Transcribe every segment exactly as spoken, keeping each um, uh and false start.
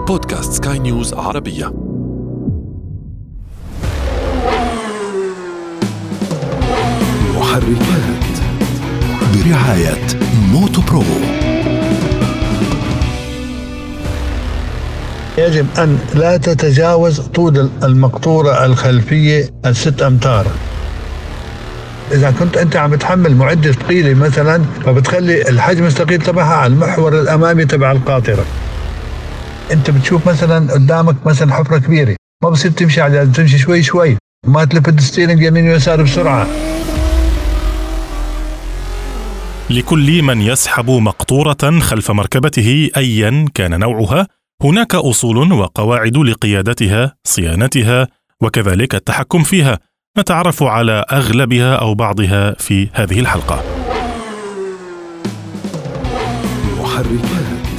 بودكاست سكاي نيوز عربية. محركات برعاية موتو برو. يجب أن لا تتجاوز طول المقطورة الخلفية الست أمتار. إذا كنت أنت عم بتحمل معدة ثقيلة مثلا، فبتخلي الحجم الثقيل تبعها على المحور الأمامي تبع القاطرة. أنت بتشوف مثلا قدامك مثلا حفرة كبيرة، ما بصير تمشي عليها، تمشي شوي شوي، ما تلف الستيرنج يمين ويسار بسرعة. لكل من يسحب مقطورة خلف مركبته أيا كان نوعها، هناك أصول وقواعد لقيادتها، صيانتها، وكذلك التحكم فيها. نتعرف على أغلبها أو بعضها في هذه الحلقة. محركات.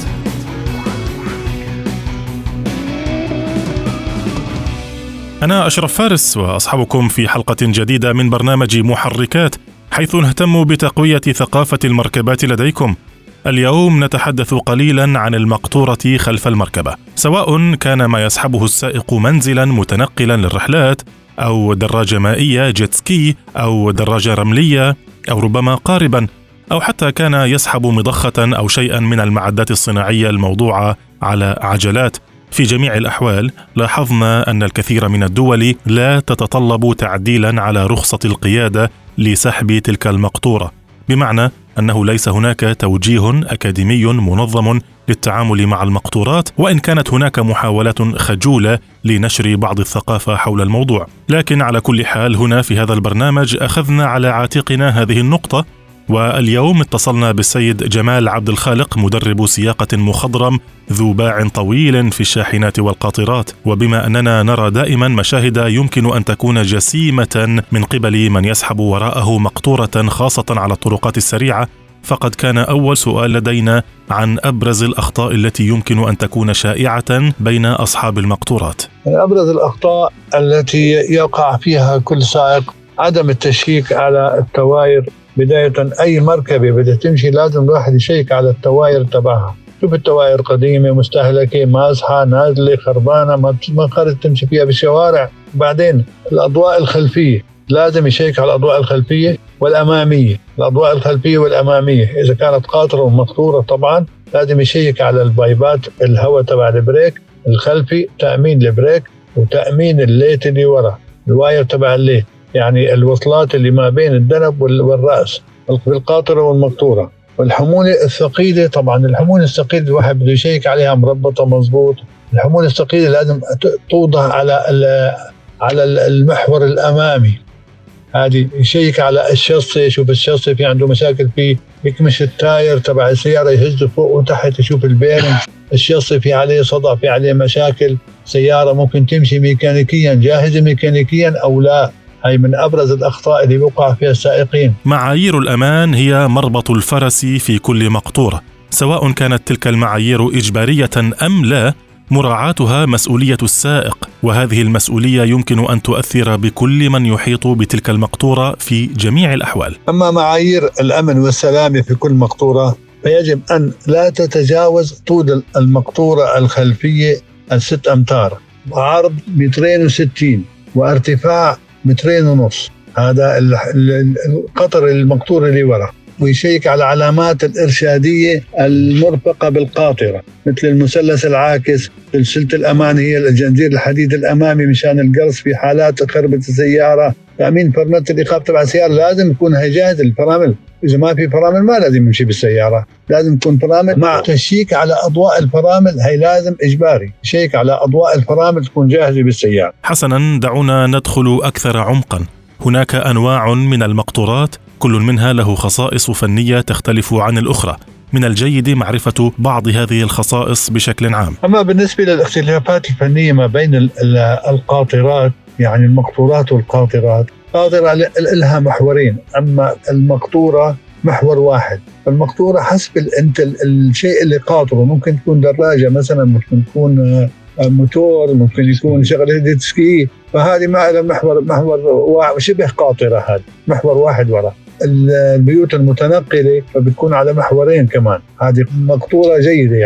أنا أشرف فارس وأصحبكم في حلقة جديدة من برنامج محركات، حيث نهتم بتقوية ثقافة المركبات لديكم. اليوم نتحدث قليلا عن المقطورة خلف المركبة، سواء كان ما يسحبه السائق منزلا متنقلا للرحلات، أو دراجة مائية جيت سكي، أو دراجة رملية، أو ربما قاربا، أو حتى كان يسحب مضخة أو شيئا من المعدات الصناعية الموضوعة على عجلات. في جميع الأحوال لاحظنا أن الكثير من الدول لا تتطلب تعديلا على رخصة القيادة لسحب تلك المقطورة، بمعنى أنه ليس هناك توجيه أكاديمي منظم للتعامل مع المقطورات، وإن كانت هناك محاولات خجولة لنشر بعض الثقافة حول الموضوع. لكن على كل حال هنا في هذا البرنامج أخذنا على عاتقنا هذه النقطة، واليوم اتصلنا بالسيد جمال عبد الخالق، مدرب سياقة مخضرم ذو باع طويل في الشاحنات والقاطرات. وبما أننا نرى دائما مشاهد يمكن أن تكون جسيمة من قبل من يسحب وراءه مقطورة، خاصة على الطرقات السريعة، فقد كان أول سؤال لدينا عن أبرز الأخطاء التي يمكن أن تكون شائعة بين أصحاب المقطورات. أبرز الأخطاء التي يقع فيها كل سائق عدم التشيك على التواير. بداية أي مركبة بدها تمشي لازم الواحد يشيك على التواير تبعها، شوف التواير قديمة، مستهلكة، مازحة، نازلة، خربانة، ما قدرت تمشي فيها بالشوارع. بعدين الأضواء الخلفية، لازم يشيك على الأضواء الخلفية والأمامية. الأضواء الخلفية والأمامية إذا كانت قاطرة ومقطورة طبعا لازم يشيك على البايبات الهواء تبع البريك الخلفي، تأمين البريك وتأمين الليت اللي ورا، الواير تبع الليت، يعني الوصلات اللي ما بين الذنب والرأس بالقاطرة والمقطورة. والحمولة الثقيلة، طبعا الحمولة الثقيلة الواحد بده يشيك عليها مربطة مزبوط. الحمولة الثقيلة لازم توضع على على المحور الأمامي، هذه يشيك على الشاصي، يشوف الشاصي في عنده مشاكل فيه، يكمش التاير تبع السيارة، يهزه فوق وتحت، يشوف البيرنج، الشاصي في عليه صدى، في عليه مشاكل، سيارة ممكن تمشي ميكانيكيا جاهزة ميكانيكيا أو لا. هي من أبرز الأخطاء اللي وقع فيها السائقين. معايير الأمان هي مربط الفرس في كل مقطورة، سواء كانت تلك المعايير إجبارية أم لا، مراعاتها مسؤولية السائق، وهذه المسؤولية يمكن أن تؤثر بكل من يحيط بتلك المقطورة في جميع الأحوال. أما معايير الأمن والسلامة في كل مقطورة فيجب أن لا تتجاوز طول المقطورة الخلفية الست أمتار، عرض مترين وستين، وارتفاع مترين ونص. هذا القطر المقطور اللي ورا. ويشيك على علامات الإرشادية المرفقة بالقاطرة، مثل المثلث العاكس، سلسلة الأمان هي الجنزير الحديد الأمامي مشان القرص في حالات خربة السيارة. تأمين فرامل الإيقاف تبع السيارة لازم يكون جاهز. الفرامل إذا ما في فرامل ما لازم يمشي بالسيارة، لازم يكون فرامل مع تشيك على أضواء الفرامل، هي لازم إجباري شيك على أضواء الفرامل تكون جاهزة بالسيارة. حسنا، دعونا ندخل أكثر عمقا. هناك أنواع من المقطورات، كل منها له خصائص فنية تختلف عن الأخرى. من الجيد معرفة بعض هذه الخصائص بشكل عام. أما بالنسبة للاختلافات الفنية ما بين القاطرات، يعني المقطورات والقاطرات، قاطرة لها محورين، أما المقطورة محور واحد. المقطورة حسب انت الشيء اللي قاطره، ممكن تكون دراجة مثلا، ممكن تكون موتور، ممكن يكون شغله جيت سكي، فهذه ما لها محور محور شبه قاطرة، هذا محور واحد ورا. البيوت المتنقلة فبتكون على محورين كمان، هذه مقطورة جيدة يعني.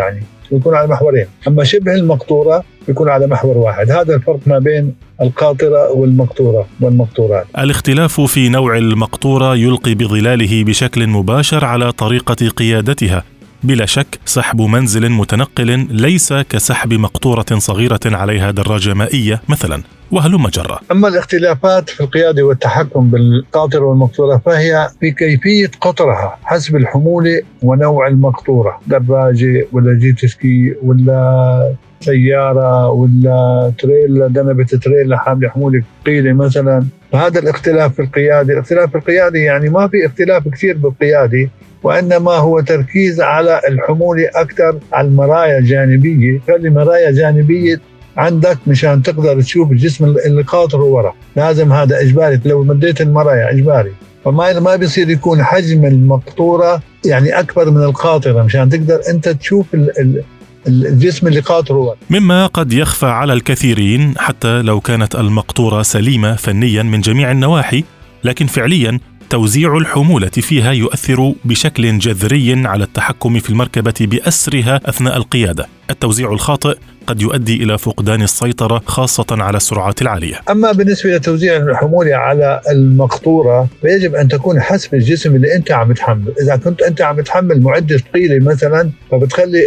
بيكون على محورين، أما شبه المقطورة بيكون على محور واحد. هذا الفرق ما بين القاطرة والمقطورة والمقطورات. الاختلاف في نوع المقطورة يلقي بظلاله بشكل مباشر على طريقة قيادتها. بلا شك سحب منزل متنقل ليس كسحب مقطورة صغيرة عليها دراجة مائية مثلا، وهلم جرة. أما الاختلافات في القيادة والتحكم بالقاطرة والمقطورة فهي في كيفية قطرها حسب الحمولة ونوع المقطورة، دراجة ولا جيت سكي ولا سيارة ولا تريلا، دنبة تريلا حاملة حمولة ثقيلة مثلا. فهذا الاختلاف في القيادة. الاختلاف في القيادة يعني ما في اختلاف كثير بالقيادة، وإنما هو تركيز على الحمولة أكثر على المرايا الجانبية. خلي مرايا جانبية عندك مشان تقدر تشوف الجسم اللي قاطره ورا، لازم هذا إجباري. لو مديت المرايا إجباري، فما ما بيصير يكون حجم المقطورة يعني أكبر من القاطرة مشان تقدر أنت تشوف ال ال الجسم اللي قاطره. مما قد يخفى على الكثيرين حتى لو كانت المقطورة سليمة فنيا من جميع النواحي، لكن فعليا توزيع الحمولة فيها يؤثر بشكل جذري على التحكم في المركبة بأسرها أثناء القيادة. التوزيع الخاطئ قد يؤدي إلى فقدان السيطرة خاصة على السرعات العالية. أما بالنسبة لتوزيع الحمولة على المقطورة فيجب أن تكون حسب الجسم اللي أنت عم تحمل. إذا كنت أنت عم تحمل معدة ثقيلة مثلا، فبتخلي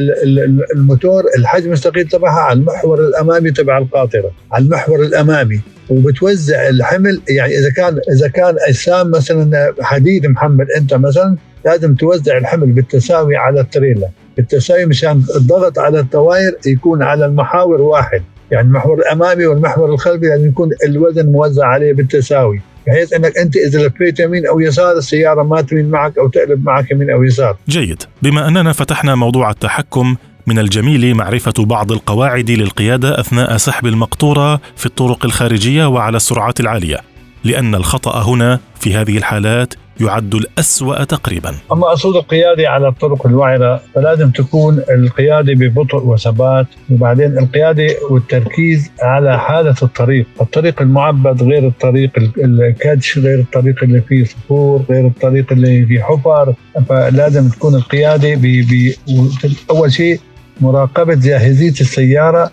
الموتور الحجم الثقيل تبعها على المحور الأمامي تبع القاطرة، على المحور الأمامي، وبتوزع الحمل. يعني إذا كان إذا كان أجسام مثلا حديد محمل أنت مثلا، لازم توزع الحمل بالتساوي على التريلا بالتساوي مشان الضغط على الطوائر يكون على المحاور واحد. يعني المحور الأمامي والمحور الخلفي لازم يكون الوزن موزع عليه بالتساوي، بحيث أنك أنت إذا لفيت يمين أو يسار السيارة ما تميل معك أو تقلب معك يمين أو يسار. جيد. بما أننا فتحنا موضوع التحكم، من الجميل معرفة بعض القواعد للقيادة أثناء سحب المقطورة في الطرق الخارجية وعلى السرعات العالية، لأن الخطأ هنا في هذه الحالات يعد الأسوأ تقريبا. أما أصول القيادة على الطرق الوعرة فلازم تكون القيادة ببطء وثبات، وبعدين القيادة والتركيز على حالة الطريق. الطريق المعبد غير الطريق الكدش، غير الطريق اللي فيه صخور، غير الطريق اللي فيه حفر. فلازم تكون القيادة ب... ب... أول شيء مراقبة جاهزية السيارة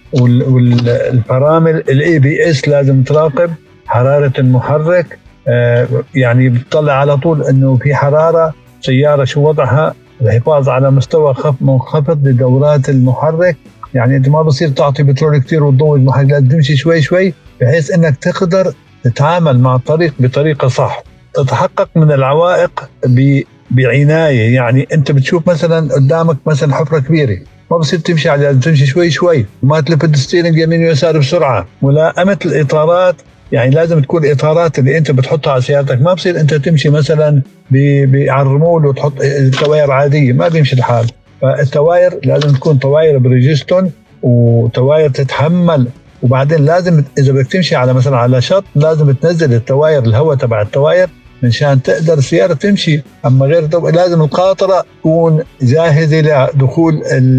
والفرامل. الاي بي اس لازم تراقب حرارة المحرك، آه يعني بتطلع على طول انه في حرارة سيارة شو وضعها، الحفاظ على مستوى خف منخفض لدورات المحرك. يعني انت ما بصير تعطي بترول كتير وتضوج المحرك، لازم تمشي شوي شوي بحيث انك تقدر تتعامل مع الطريق بطريقة صح. تتحقق من العوائق بعناية. يعني انت بتشوف مثلا قدامك مثلا حفرة كبيرة، ما بصير تمشي عليها، لازم تمشي شوي شوي وما تلف الستيرنج يمين ويسار بسرعة. ملائمة الإطارات، يعني لازم تكون الإطارات اللي أنت بتحطها على سيارتك، ما بصير أنت تمشي مثلا على الرمول وتحط التواير عادية، ما بيمشي الحال. فالتواير لازم تكون تواير بريجستون وتواير تتحمل. وبعدين لازم إذا بدك تمشي على مثلا على شط لازم تنزل التواير الهواء تبع التواير منشان تقدر السيارة تمشي. أما غير لازم القاطرة تكون جاهزة لدخول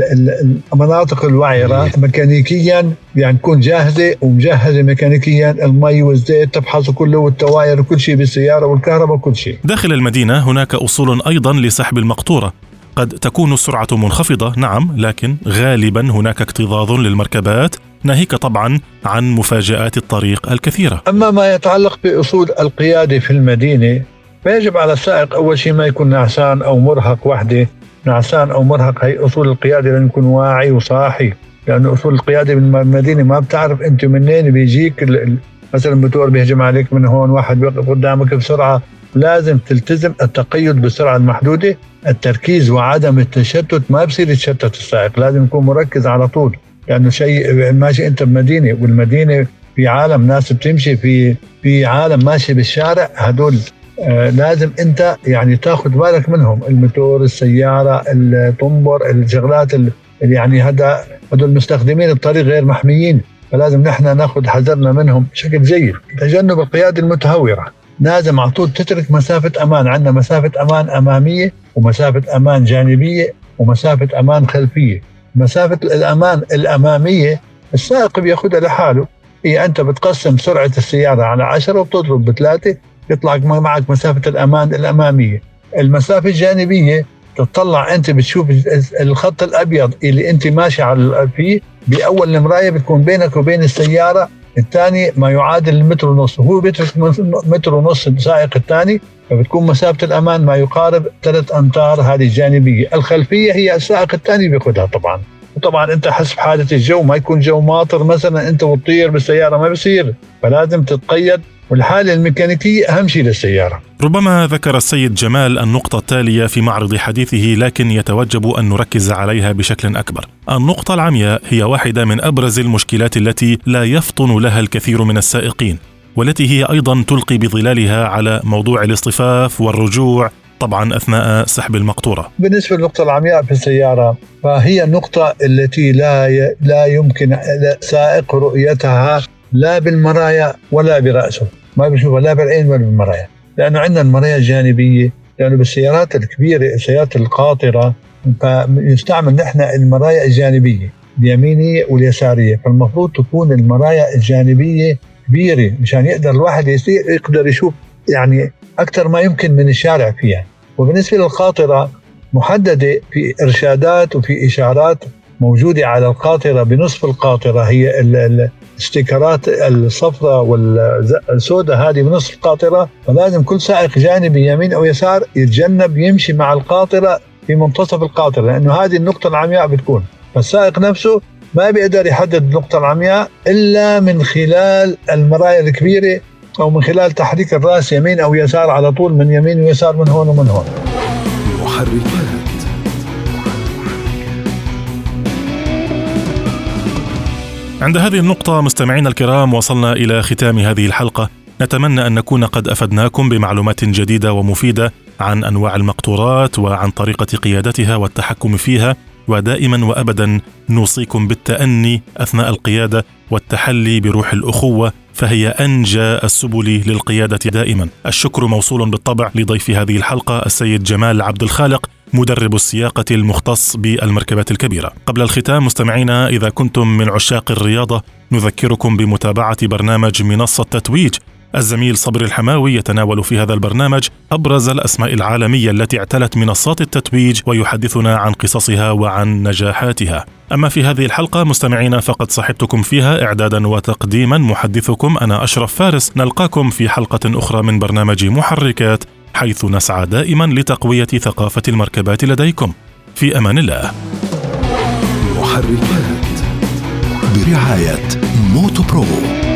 المناطق الوعرة ميكانيكيا، يعني تكون جاهزة ومجهزة ميكانيكيا، المي والزيت تفحصه كله والتواير وكل شيء بالسيارة والكهرباء وكل شيء. داخل المدينة هناك أصول أيضا لسحب المقطورة. قد تكون السرعة منخفضة نعم، لكن غالبا هناك اكتظاظ للمركبات، ناهيك طبعا عن مفاجآت الطريق الكثيرة. أما ما يتعلق بأصول القيادة في المدينة فيجب على السائق أول شيء ما يكون نعسان أو مرهق وحده. نعسان أو مرهق هي أصول القيادة، لأن يكون واعي وصاحي، لأن أصول القيادة بالمدينة ما بتعرف أنت منين بيجيك مثلا الموتور بيهجم عليك من هون، واحد بيقف قدامك بسرعة. لازم تلتزم التقيد بالسرعة المحدودة، التركيز وعدم التشتت. ما بصير يتشتت السائق، لازم يكون مركز على طول، لأنه يعني شيء ماشي أنت بمدينة، والمدينة في عالم ناس بتمشي في في عالم ماشي بالشارع. هدول آه لازم أنت يعني تاخد بالك منهم، الموتور، السيارة، الطنبر، الشغلات اللي يعني هذا هدول مستخدمين الطريق غير محميين، فلازم نحن ناخد حذرنا منهم بشكل جيد. تجنب القيادة المتهورة، لازم على طول تترك مسافة أمان. عندنا مسافة أمان أمامية ومسافة أمان جانبية ومسافة أمان خلفية. مسافة الأمان الأمامية السائق بياخدها لحاله، هي أنت بتقسم سرعة السيارة على عشرة وبتضرب بثلاثة يطلع معك مسافة الأمان الأمامية. المسافة الجانبية تطلع أنت بتشوف الخط الأبيض اللي أنت ماشي على فيه بأول المراية، بتكون بينك وبين السيارة الثاني ما يعادل المتر ونص، وهو بيترك متر ونص السائق الثاني، فبتكون مسافة الأمان ما يقارب ثلاث أمتار. هذه الجانبية. الخلفية هي السائق الثاني بياخذها طبعا. وطبعا أنت حسب حالة الجو، ما يكون جو ماطر مثلا أنت وتطير بالسيارة ما بصير، فلازم تتقيد، والحالة الميكانيكية أهم شيء للسيارة. ربما ذكر السيد جمال النقطة التالية في معرض حديثه، لكن يتوجب أن نركز عليها بشكل أكبر. النقطة العمياء هي واحدة من أبرز المشكلات التي لا يفطن لها الكثير من السائقين، والتي هي أيضا تلقي بظلالها على موضوع الاصطفاف والرجوع طبعا أثناء سحب المقطورة. بالنسبة للنقطة العمياء في السيارة، فهي النقطة التي لا ي... لا يمكن سائق رؤيتها لا بالمرايا ولا برأسه، ما بيشوفها لا بالعين ولا بالمرايا، لأنه عندنا المرايا الجانبية. لأنه بالسيارات الكبيرة السيارات القاطرة فيستعمل نحن المرايا الجانبية اليمينية واليسارية، فالمفروض تكون المرايا الجانبية كبيرة مشان يقدر الواحد يقدر يشوف يعني أكثر ما يمكن من الشارع فيها. وبالنسبة للقاطرة محددة في إرشادات وفي إشارات موجودة على القاطرة بنصف القاطرة، هي الاستيكرات الصفراء والسوداء هذه بنصف القاطرة، فلازم كل سائق جانبي يمين أو يسار يتجنب يمشي مع القاطرة في منتصف القاطرة، لأنه هذه النقطة العمياء بتكون، فالسائق نفسه ما بيقدر يحدد النقطة العمياء إلا من خلال المرايا الكبيرة أو من خلال تحريك الرأس يمين أو يسار على طول، من يمين ويسار، من هون ومن هون. محركات. عند هذه النقطة مستمعينا الكرام وصلنا إلى ختام هذه الحلقة. نتمنى أن نكون قد أفدناكم بمعلومات جديدة ومفيدة عن أنواع المقطورات وعن طريقة قيادتها والتحكم فيها، ودائما وأبدا نوصيكم بالتأني أثناء القيادة والتحلي بروح الأخوة، فهي أنجى السبل للقيادة دائما. الشكر موصول بالطبع لضيف هذه الحلقة السيد جمال عبد الخالق، مدرب السياقة المختص بالمركبات الكبيرة. قبل الختام مستمعينا، إذا كنتم من عشاق الرياضة نذكركم بمتابعة برنامج منصة تتويج. الزميل صبري الحماوي يتناول في هذا البرنامج أبرز الأسماء العالمية التي اعتلت منصات التتويج ويحدثنا عن قصصها وعن نجاحاتها. أما في هذه الحلقة مستمعينا فقد صحبتكم فيها إعدادا وتقديما محدثكم أنا أشرف فارس. نلقاكم في حلقة أخرى من برنامج محركات، حيث نسعى دائما لتقوية ثقافة المركبات لديكم. في أمان الله. محركات برعاية موتو برو.